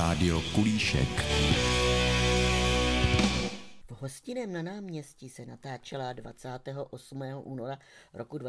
Rádio Kulíšek. V Hostinném na náměstí se natáčela 28. února roku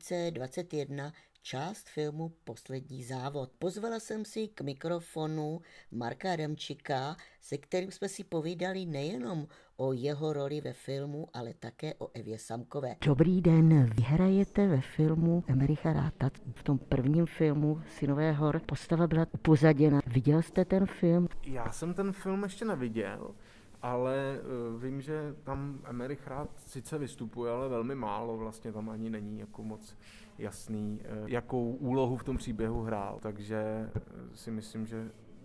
2021 část filmu Poslední závod. Pozvala jsem si k mikrofonu Marka Adamčika, se kterým jsme si povídali nejenom o jeho roli ve filmu, ale také o Evě Samkové. Dobrý den, vy hrajete ve filmu Emericha Ráta. V tom prvním filmu Synové hor postava byla upozaděna. Viděl jste ten film? Já jsem ten film ještě neviděl, ale vím, že tam Emerich Rád sice vystupuje, ale velmi málo, vlastně tam ani není jako moc jasný, jakou úlohu v tom příběhu hrál, takže si myslím, že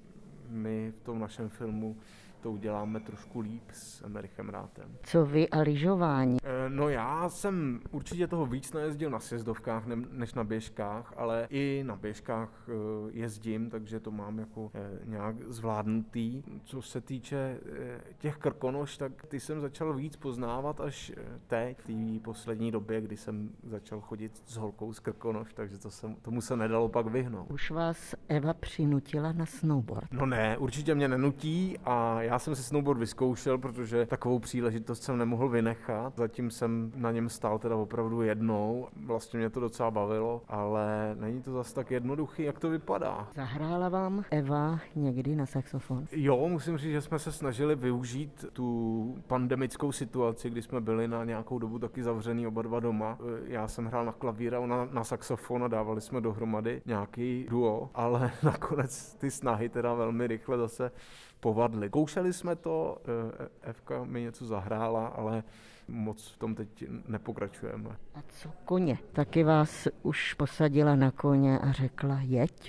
my v tom našem filmu to uděláme trošku líp s Emerichem Rátem. Co vy a lyžování? No já jsem určitě toho víc najezdil na sjezdovkách než na běžkách, ale i na běžkách jezdím, takže to mám jako nějak zvládnutý. Co se týče těch krkonoš, tak ty jsem začal víc poznávat až teď, v té poslední době, kdy jsem začal chodit s holkou z krkonoš, takže tomu se nedalo pak vyhnout. Už vás Eva přinutila na snowboard? No ne, určitě mě nenutí a já jsem si snowboard vyzkoušel, protože takovou příležitost jsem nemohl vynechat. Zatím jsem na něm stál teda opravdu jednou. Vlastně mě to docela bavilo, ale není to zase tak jednoduchý, jak to vypadá. Zahrála vám Eva někdy na saxofon? Jo, musím říct, že jsme se snažili využít tu pandemickou situaci, kdy jsme byli na nějakou dobu taky zavřený oba dva doma. Já jsem hrál na klavír a ona na saxofon a dávali jsme dohromady nějaký duo, ale nakonec ty snahy teda velmi rychle zase povadly. Koušeli jsme to, Evka mi něco zahrála, ale moc v tom teď nepokračujeme. A co koně? Taky vás už posadila na koně a řekla jeď?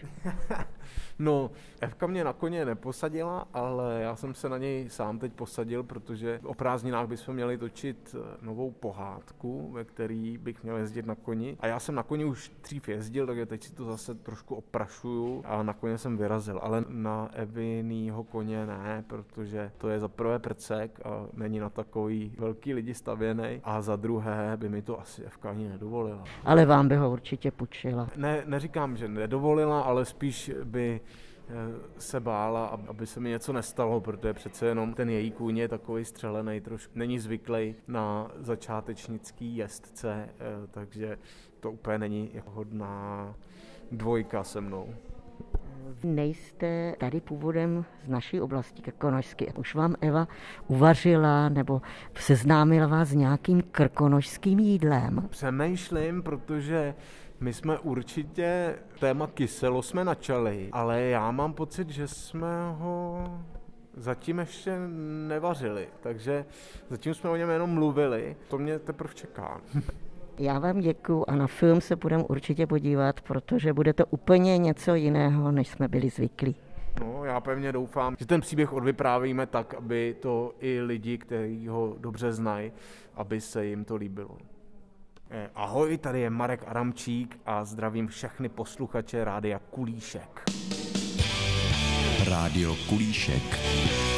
No, Evka mě na koně neposadila, ale já jsem se na něj sám teď posadil, protože o prázdninách bychom měli točit novou pohádku, ve který bych měl jezdit na koni. A já jsem na koni už dřív jezdil, takže teď si to zase trošku oprašuju a na koně jsem vyrazil. Ale na Evinýho koně ne, protože to je za prvé prcek a není na takový velký lidi stavěnej a za druhé by mi to asi Evka ani nedovolila. Ale vám by ho určitě půjčila. Ne, neříkám, že nedovolila, ale spíš by se bála, aby se mi něco nestalo, protože přece jenom ten její kůň je takový střelený, trošku není zvyklý na začátečnický jezdce, takže to úplně není jako hodná dvojka se mnou. Nejste tady původem z naší oblasti krkonošské. Už vám Eva uvařila nebo seznámila vás s nějakým krkonošským jídlem? Přemýšlím, protože my jsme určitě téma kyselo jsme načali, ale já mám pocit, že jsme ho zatím ještě nevařili, takže zatím jsme o něm jenom mluvili, to mě teprve čeká. Já vám děkuju a na film se budeme určitě podívat, protože bude to úplně něco jiného, než jsme byli zvyklí. No, já pevně doufám, že ten příběh odvyprávíme tak, aby to i lidi, kteří ho dobře znají, aby se jim to líbilo. Ahoj, tady je Marek Adamčík a zdravím všechny posluchače Rádia Kulíšek. Rádio Kulíšek.